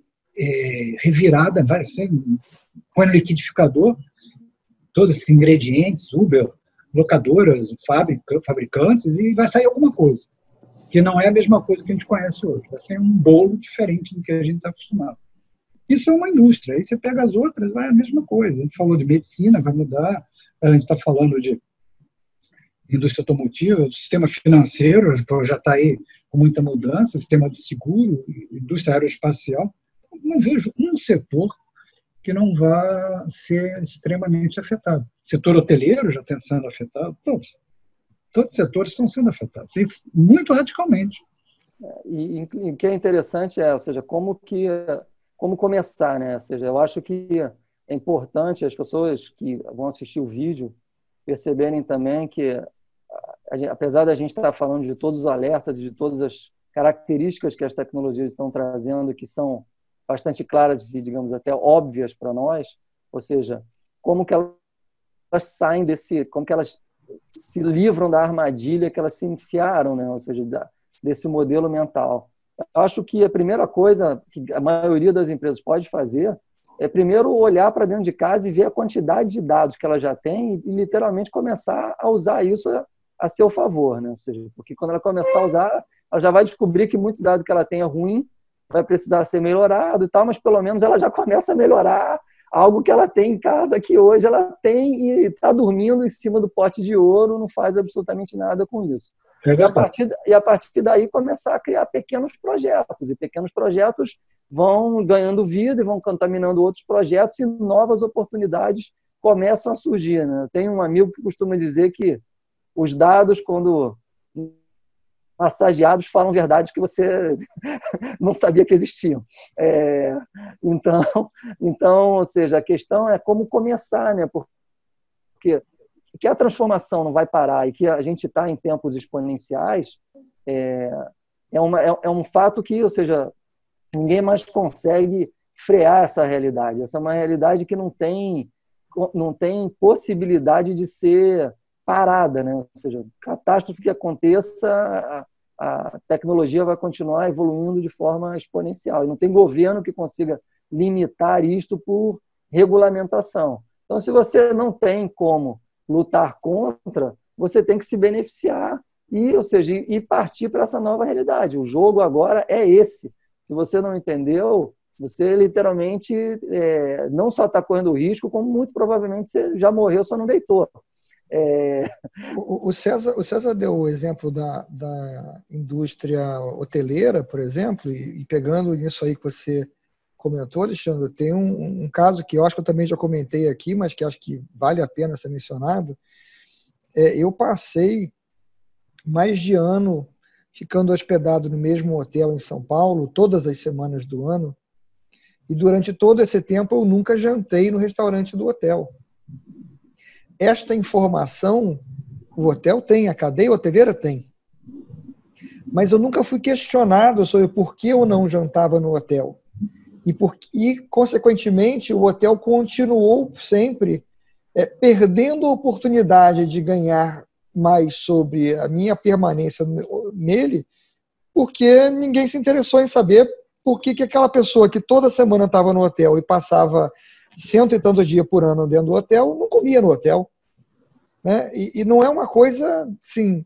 é, revirada, vai ser um põe no liquidificador, todos esses ingredientes, Uber, locadoras, fabricantes, e vai sair alguma coisa, que não é a mesma coisa que a gente conhece hoje. Vai ser um bolo diferente do que a gente está acostumado. Isso é uma indústria. Aí você pega as outras, vai a mesma coisa. A gente falou de medicina, vai mudar. A gente está falando de indústria automotiva, do sistema financeiro, já está aí com muita mudança, sistema de seguro, indústria aeroespacial. Não vejo um setor que não vá ser extremamente afetado. O setor hoteleiro já está sendo afetado, todos. Todos os setores estão sendo afetados, e muito radicalmente. E, e o que é interessante é, ou seja, como que como começar, né? Ou seja, eu acho que é importante as pessoas que vão assistir o vídeo perceberem também que, apesar da gente estar falando de todos os alertas e de todas as características que as tecnologias estão trazendo, que são bastante claras e, digamos, até óbvias para nós, ou seja, como que elas saem desse, como que elas se livram da armadilha que elas se enfiaram, né? Ou seja, da, desse modelo mental. Eu acho que a primeira coisa que a maioria das empresas pode fazer é primeiro olhar para dentro de casa e ver a quantidade de dados que ela já tem e literalmente começar a usar isso a, a seu favor, né? Ou seja, porque quando ela começar a usar, ela já vai descobrir que muito dado que ela tem é ruim, vai precisar ser melhorado e tal, mas pelo menos ela já começa a melhorar algo que ela tem em casa, que hoje ela tem e está dormindo em cima do pote de ouro, não faz absolutamente nada com isso. E a, partir, e a partir daí começar a criar pequenos projetos, e pequenos projetos vão ganhando vida e vão contaminando outros projetos e novas oportunidades começam a surgir, né? Eu tenho um amigo que costuma dizer que os dados, quando massageados, falam verdades que você não sabia que existiam. É, então, então, ou seja, a questão é como começar, né? Porque que a transformação não vai parar e que a gente está em tempos exponenciais é, é, uma, é, é um fato que, ou seja, ninguém mais consegue frear essa realidade. Essa é uma realidade que não tem, não tem possibilidade de ser parada, né? Ou seja, catástrofe que aconteça, a, a tecnologia vai continuar evoluindo de forma exponencial. E não tem governo que consiga limitar isto por regulamentação. Então, se você não tem como lutar contra, você tem que se beneficiar e, ou seja, e partir para essa nova realidade. O jogo agora é esse. Se você não entendeu, você literalmente é, não só está correndo risco, como muito provavelmente você já morreu, só não deitou. É... O, o, César, o César deu o exemplo da, da indústria hoteleira, por exemplo, e, e pegando nisso aí que você comentou, Alexandre, tem um, um caso que eu acho que eu também já comentei aqui, mas que acho que vale a pena ser mencionado. É, eu passei mais de ano ficando hospedado no mesmo hotel em São Paulo, todas as semanas do ano, e durante todo esse tempo eu nunca jantei no restaurante do hotel. Esta informação o hotel tem, a cadeia hoteleira tem. Mas eu nunca fui questionado sobre por que eu não jantava no hotel. E, por, e, consequentemente, o hotel continuou sempre é, perdendo a oportunidade de ganhar mais sobre a minha permanência nele, porque ninguém se interessou em saber por que, que aquela pessoa que toda semana estava no hotel e passava cento e tantos dias por ano dentro do hotel, não comia no hotel. Né? E, e não é uma coisa, assim,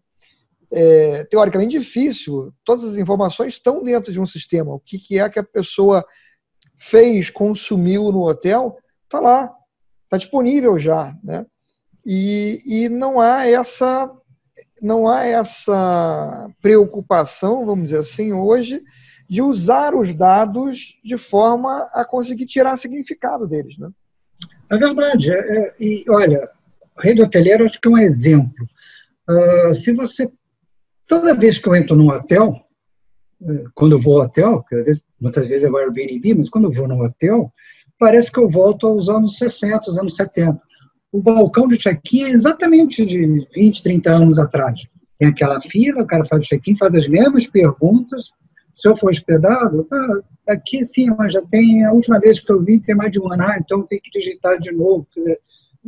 é, teoricamente difícil. Todas as informações estão dentro de um sistema. O que, que é que a pessoa fez, consumiu no hotel, está lá, está disponível já, né? E, e não há essa não há essa preocupação, vamos dizer assim, hoje, de usar os dados de forma a conseguir tirar significado deles, né? É verdade. É, é, e olha, a rede hoteleira acho que é um exemplo. Uh, se você toda vez que eu entro num hotel, quando eu vou ao hotel, que muitas vezes é o Airbnb, mas quando eu vou no hotel, parece que eu volto aos anos sessenta, aos anos setenta. O balcão de check-in é exatamente de vinte, trinta anos atrás. Tem aquela fila, o cara faz o check-in, faz as mesmas perguntas. Se eu for hospedado, ah, aqui sim, mas já tem, a última vez que eu vim tem mais de um ano, ah, então tem que digitar de novo. Quer dizer,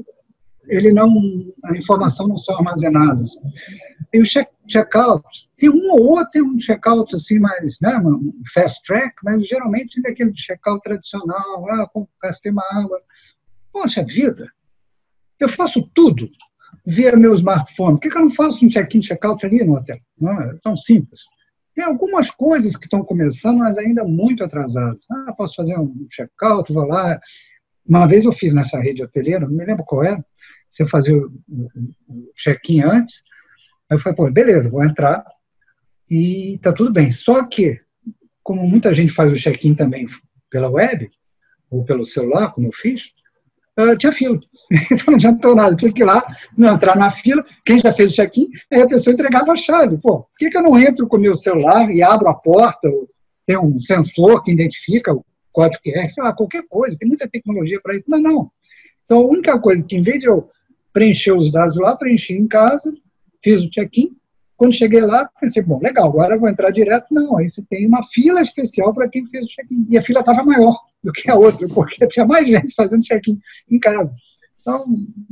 ele não, a informação não são armazenadas. E o check-out, tem um ou outro, tem um check-out assim, mais, né, um fast track, mas geralmente é aquele check-out tradicional, ah, gastei uma água. Poxa vida, eu faço tudo via meu smartphone. Por que eu não faço um check-in, check-out ali no hotel? Não, é tão simples. Tem algumas coisas que estão começando, mas ainda muito atrasadas. Ah, posso fazer um check-out, vou lá. Uma vez eu fiz nessa rede hoteleira, não me lembro qual era, você fazia o check-in antes, aí eu falei, pô, beleza, vou entrar e tá tudo bem. Só que, como muita gente faz o check-in também pela web, ou pelo celular, como eu fiz, uh, tinha fila. Então não adiantou nada, eu tinha que ir lá, não entrar na fila, quem já fez o check-in, aí a pessoa entregava a chave. Pô, por que, que eu não entro com o meu celular e abro a porta, ou tem um sensor que identifica o código Q R, sei lá, qualquer coisa, tem muita tecnologia para isso, mas não. Então a única coisa que, em vez de eu preencher os dados lá, preenchi em casa, fiz o check-in. Quando cheguei lá, pensei, bom, legal, agora eu vou entrar direto. Não, aí você tem uma fila especial para quem fez o check-in. E a fila estava maior do que a outra, porque tinha mais gente fazendo check-in em casa. Então,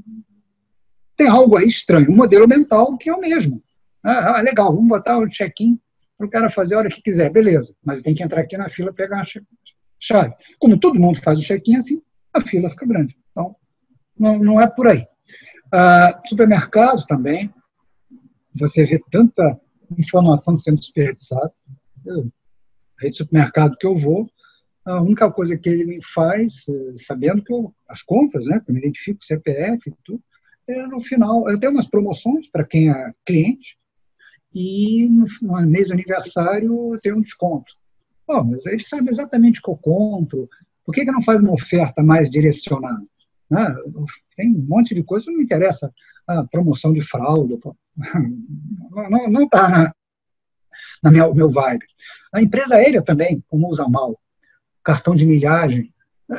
tem algo aí estranho. Um modelo mental que é o mesmo. Ah, legal, vamos botar o check-in para o cara fazer a hora que quiser. Beleza, mas tem que entrar aqui na fila e pegar a chave. Como todo mundo faz o check-in assim, a fila fica grande. Então, não, não é por aí. Ah, supermercados também. Você vê tanta informação sendo desperdiçada. Eu, aí, supermercado que eu vou, a única coisa que ele me faz, sabendo que eu, as compras, né, que eu me identifico com C P F e tudo, é no final, eu tenho umas promoções para quem é cliente, e no, no mês de aniversário eu tenho um desconto. Oh, mas eles sabem exatamente o que eu compro, por que, que não faz uma oferta mais direcionada? Ah, tem um monte de coisa que não me interessa. A promoção de fralda, não está na, na minha, meu vibe. A empresa aérea também, como usa mal, cartão de milhagem.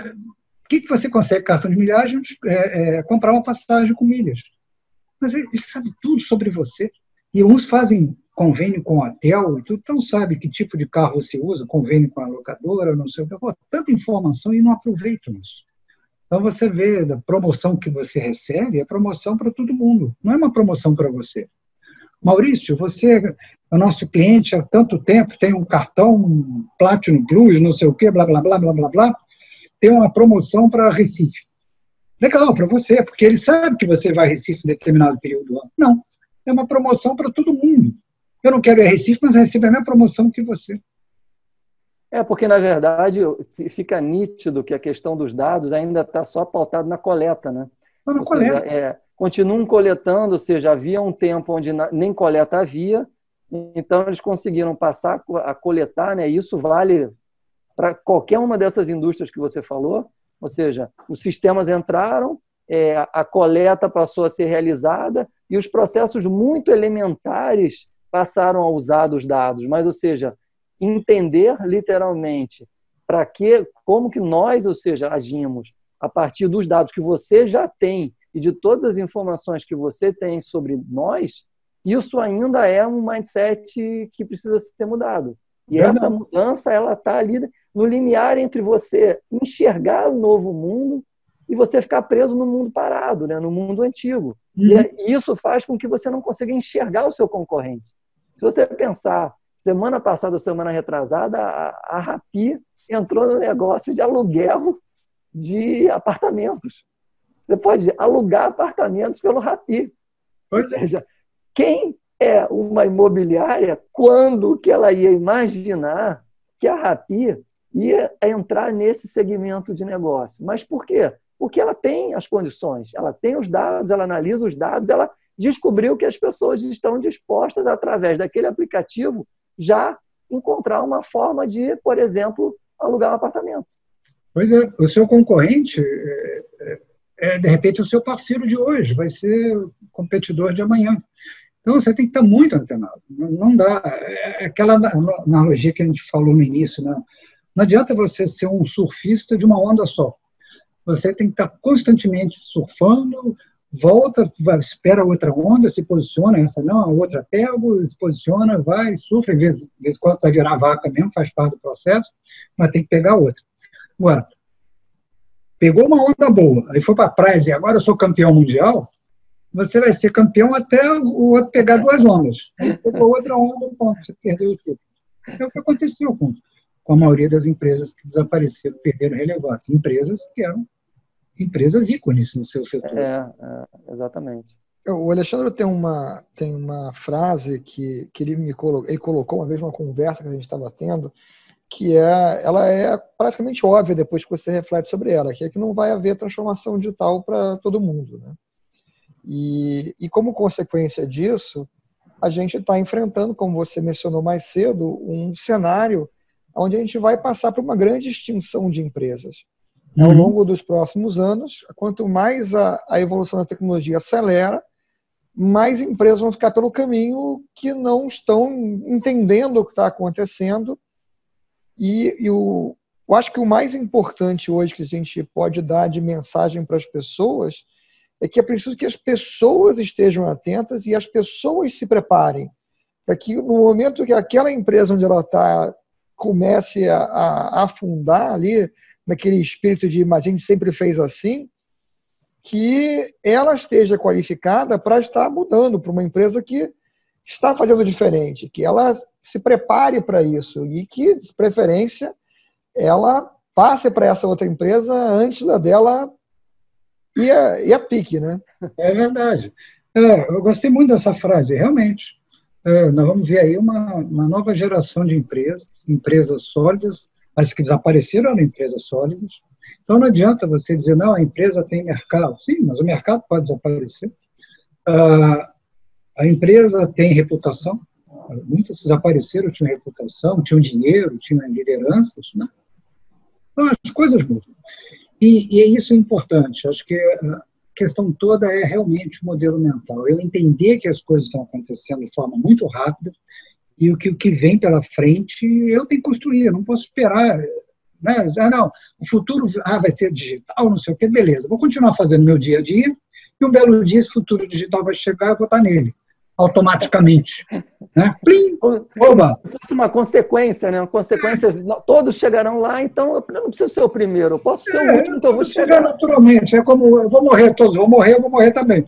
O que, que você consegue cartão de milhagem? É, é, comprar uma passagem com milhas. Mas ele, ele sabe tudo sobre você. E uns fazem convênio com hotel e tudo, então sabe que tipo de carro você usa, convênio com a locadora, não sei o que. Pô, tanta informação e não aproveitam isso. Então, você vê da promoção que você recebe, é promoção para todo mundo, não é uma promoção para você. Maurício, você é o nosso cliente há tanto tempo, tem um cartão Platinum Plus, não sei o quê, blá, blá, blá, blá, blá, blá, tem uma promoção para Recife. Legal, para você, porque ele sabe que você vai a Recife em determinado período do ano. Não, é uma promoção para todo mundo. Eu não quero ir a Recife, mas recebo a mesma promoção que você. É, porque, na verdade, fica nítido que a questão dos dados ainda está só pautada na coleta, né? Não, ou seja, é, continuam coletando, ou seja, havia um tempo onde nem coleta havia, então eles conseguiram passar a coletar, né? Isso vale para qualquer uma dessas indústrias que você falou, ou seja, os sistemas entraram, é, a coleta passou a ser realizada e os processos muito elementares passaram a usar dos dados, mas, ou seja, entender literalmente para que, como que nós, ou seja, agimos a partir dos dados que você já tem e de todas as informações que você tem sobre nós, isso ainda é um mindset que precisa ser mudado. E essa mudança, ela está ali no limiar entre você enxergar o novo mundo e você ficar preso no mundo parado, né? No mundo antigo. Uhum. E isso faz com que você não consiga enxergar o seu concorrente. Se você pensar, semana passada ou semana retrasada, a, a Rappi entrou no negócio de aluguel de apartamentos. Você pode alugar apartamentos pelo Rappi. Ou seja, quem é uma imobiliária, quando que ela ia imaginar que a Rappi ia entrar nesse segmento de negócio? Mas por quê? Porque ela tem as condições, ela tem os dados, ela analisa os dados, ela descobriu que as pessoas estão dispostas, através daquele aplicativo, já encontrar uma forma de, por exemplo, alugar um apartamento. Pois é, o seu concorrente é, é, é, de repente, o seu parceiro de hoje, vai ser o competidor de amanhã. Então, você tem que estar muito antenado. Não, não dá. É aquela analogia que a gente falou no início, né? Não adianta você ser um surfista de uma onda só. Você tem que estar constantemente surfando, volta, vai, espera a outra onda, se posiciona, essa não, a outra pega, se posiciona, vai, surfa, às vezes, às vezes quando vai virar vaca mesmo, faz parte do processo, mas tem que pegar outra. Agora, pegou uma onda boa, aí foi para a praia e dizer, agora eu sou campeão mundial, você vai ser campeão até o outro pegar duas ondas. Aí pegou outra onda, ponto, você perdeu o título. É o que aconteceu com, com a maioria das empresas que desapareceram, perderam relevância. Empresas que eram empresas ícones no seu setor. É, é, exatamente. O Alexandre tem uma, tem uma frase que, que ele me colocou, ele colocou uma vez numa conversa que a gente estava tendo, que é, ela é praticamente óbvia depois que você reflete sobre ela, que é que não vai haver transformação digital para todo mundo, né? E, e como consequência disso, a gente está enfrentando, como você mencionou mais cedo, um cenário onde a gente vai passar por uma grande extinção de empresas. Ao uhum. longo dos próximos anos, quanto mais a, a evolução da tecnologia acelera, mais empresas vão ficar pelo caminho que não estão entendendo o que está acontecendo. E, e o, eu acho que o mais importante hoje que a gente pode dar de mensagem para as pessoas é que é preciso que as pessoas estejam atentas e as pessoas se preparem para que no momento que aquela empresa onde ela está comece a, a afundar ali, naquele espírito de mas a gente sempre fez assim, que ela esteja qualificada para estar mudando para uma empresa que está fazendo diferente, que ela se prepare para isso e que, de preferência, ela passe para essa outra empresa antes da dela ir a, ir a pique, né? É verdade. É, eu gostei muito dessa frase, realmente. É, nós vamos ver aí uma, uma nova geração de empresas, empresas sólidas, as que desapareceram eram empresas sólidas. Então não adianta você dizer, não, a empresa tem mercado. Sim, mas o mercado pode desaparecer. Ah, a empresa tem reputação. Muitas desapareceram, tinham reputação, tinham dinheiro, tinham lideranças. Né? Então as coisas mudam. E, e isso é importante. Acho que a questão toda é realmente o modelo mental. Eu entender que as coisas estão acontecendo de forma muito rápida e o que, o que vem pela frente eu tenho que construir. Eu não posso esperar. Né? Ah, não, o futuro ah, vai ser digital, não sei o quê. Beleza, vou continuar fazendo meu dia a dia e um belo dia esse futuro digital vai chegar e eu vou estar nele. Automaticamente. Né? Plim, oba! Se fosse uma consequência, né? Uma consequência, todos chegarão lá, então eu não preciso ser o primeiro, eu posso ser é, o último que eu vou chegar. chegar naturalmente, é como eu vou morrer, todos vão morrer, eu vou morrer também.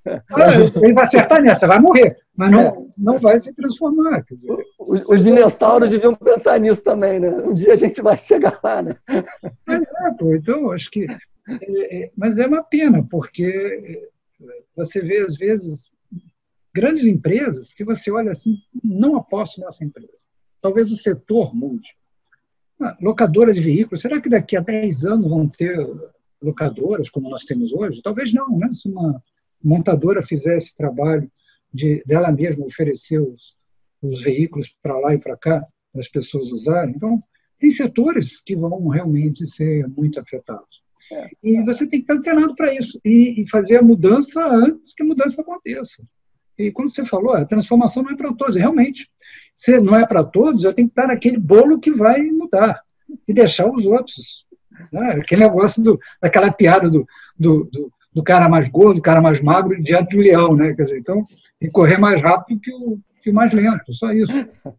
Ele vai acertar nessa, vai morrer, mas não, não vai se transformar. Quer dizer. Os, os dinossauros deviam pensar nisso também, né? Um dia a gente vai chegar lá, né? É, pô, então, acho que. É, é, mas é uma pena, porque você vê, às vezes, grandes empresas que você olha assim, não aposto nessa empresa. Talvez o setor mude. Ah, locadora de veículos, será que daqui a dez anos vão ter locadoras como nós temos hoje? Talvez não, né? Se uma montadora fizer esse trabalho de dela mesma oferecer os, os veículos para lá e para cá, para as pessoas usarem. Então, tem setores que vão realmente ser muito afetados. É. E você tem que estar treinado para isso e, e fazer a mudança antes que a mudança aconteça. E como você falou, a transformação não é para todos. Realmente, se não é para todos, eu tenho que estar naquele bolo que vai mudar e deixar os outros. Né? Aquele negócio do, daquela piada do, do, do, do cara mais gordo, do cara mais magro diante do leão. Né? Quer dizer, então, tem que correr mais rápido que o, que o mais lento. Só isso.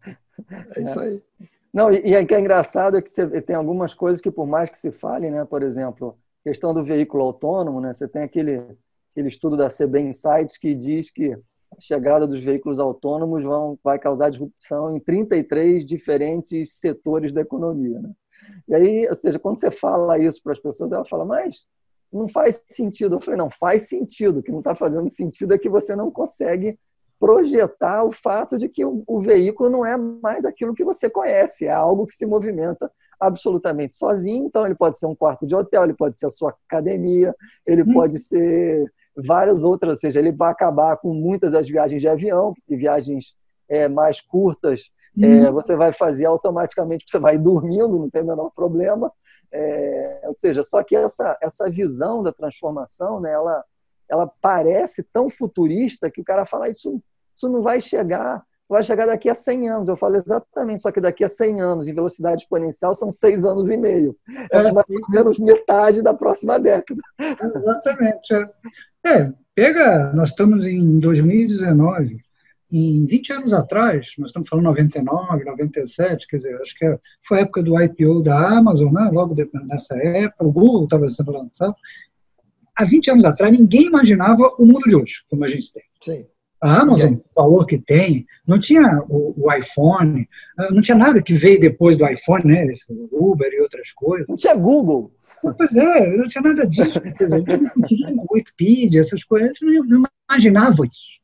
É isso aí. Não, e, e o que é engraçado é que você tem algumas coisas que, por mais que se fale, né, por exemplo, questão do veículo autônomo, né, você tem aquele, aquele estudo da C B Insights que diz que a chegada dos veículos autônomos vão, vai causar disrupção em trinta e três diferentes setores da economia. Né? E aí, ou seja, quando você fala isso para as pessoas, ela fala, mas não faz sentido. Eu falei, não, faz sentido. O que não está fazendo sentido é que você não consegue projetar o fato de que o, o veículo não é mais aquilo que você conhece, é algo que se movimenta absolutamente sozinho. Então, ele pode ser um quarto de hotel, ele pode ser a sua academia, ele hum. pode ser várias outras, ou seja, ele vai acabar com muitas das viagens de avião, porque viagens é, mais curtas hum. é, você vai fazer automaticamente, você vai dormindo, não tem o menor problema. É, ou seja, só que essa, essa visão da transformação, né, ela ela parece tão futurista que o cara fala, isso, isso não vai chegar, vai chegar daqui a cem anos. Eu falo exatamente, só que daqui a cem anos, em velocidade exponencial, são seis anos e meio. É, é mais ou menos metade da próxima década. Exatamente. É. é, pega, nós estamos em dois mil e dezenove, em vinte anos atrás, nós estamos falando noventa e nove, noventa e sete, quer dizer, acho que foi a época do I P O da Amazon, né? Logo depois, nessa época, o Google estava sendo lançado. Há vinte anos atrás, ninguém imaginava o mundo de hoje, como a gente tem. Sim. A Amazon, o valor que tem, não tinha o, o iPhone, não tinha nada que veio depois do iPhone, né? O Uber e outras coisas. Não tinha Google. Pois é, não tinha nada disso. Quer dizer, a gente não conseguia, o Wikipedia, essas coisas, a gente não, não imaginava isso.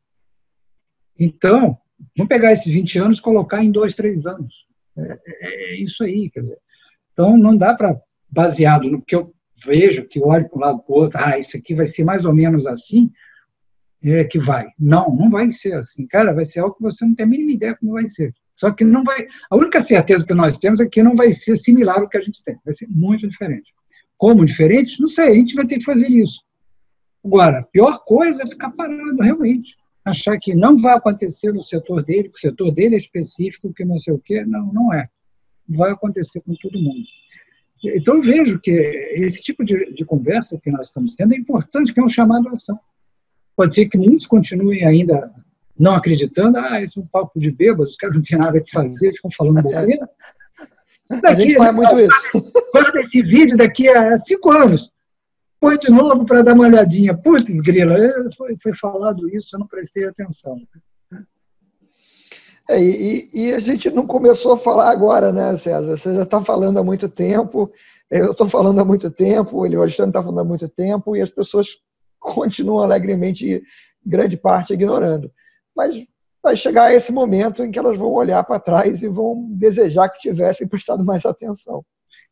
Então, vamos pegar esses vinte anos e colocar em dois, três anos. É, é, é isso aí, quer dizer. Então, não dá para, baseado no que eu vejo, que olho para um lado para o outro, ah, isso aqui vai ser mais ou menos assim, é que vai. Não, não vai ser assim. Cara, vai ser algo que você não tem a mínima ideia como vai ser. Só que não vai... A única certeza que nós temos é que não vai ser similar ao que a gente tem. Vai ser muito diferente. como diferentes, não sei, a gente vai ter que fazer isso. Agora, a pior coisa é ficar parado, realmente. Achar que não vai acontecer no setor dele, que o setor dele é específico, que não sei o quê. Não, não é. Vai acontecer com todo mundo. Então, eu vejo que esse tipo de, de conversa que nós estamos tendo é importante, que é um chamado à ação. Pode ser que muitos continuem ainda não acreditando, ah, isso é um papo de bêbados, os caras não têm nada que fazer, ficam falando bobeira. Daqui, a gente faz muito isso. Guarda esse vídeo daqui a cinco anos. Põe de novo para dar uma olhadinha. Putz, grila, foi, foi falado isso, eu não prestei atenção. É, e, e a gente não começou a falar agora, né, César? Você já está falando há muito tempo, eu estou falando há muito tempo, ele, o Alexandre está falando há muito tempo, e as pessoas continuam alegremente, grande parte, ignorando. Mas vai chegar esse momento em que elas vão olhar para trás e vão desejar que tivessem prestado mais atenção.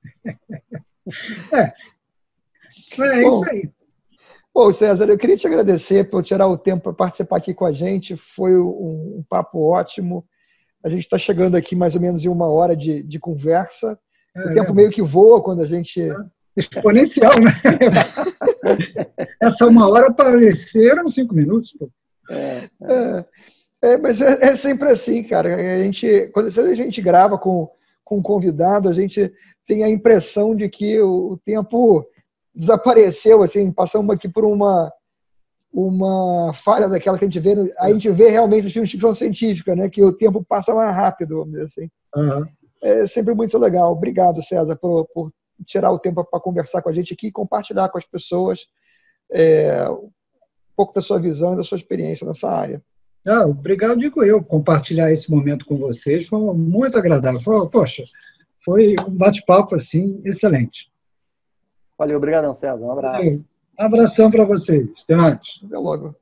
É, é Bom, isso aí. Bom, César, eu queria te agradecer por tirar o tempo para participar aqui com a gente. Foi um, um papo ótimo. A gente está chegando aqui mais ou menos em uma hora de, de conversa. É, o tempo é. meio que voa quando a gente... Exponencial, né? Essa uma hora pareceram cinco minutos. Pô. É, é. É, mas é, é sempre assim, cara. A gente, quando a gente grava com, com um convidado, a gente tem a impressão de que o, o tempo desapareceu, assim, passamos aqui por uma, uma falha daquela que a gente vê, a gente vê realmente os filmes de ficção científica, né, que o tempo passa mais rápido, vamos dizer assim. Uhum. É sempre muito legal. Obrigado, César, por, por tirar o tempo para conversar com a gente aqui e compartilhar com as pessoas é, um pouco da sua visão e da sua experiência nessa área. Ah, obrigado, digo eu, compartilhar esse momento com vocês, foi muito agradável. Foi, poxa, foi um bate-papo, assim, excelente. Valeu, obrigadão, César. Um abraço. Um abração para vocês. Até mais. Até logo.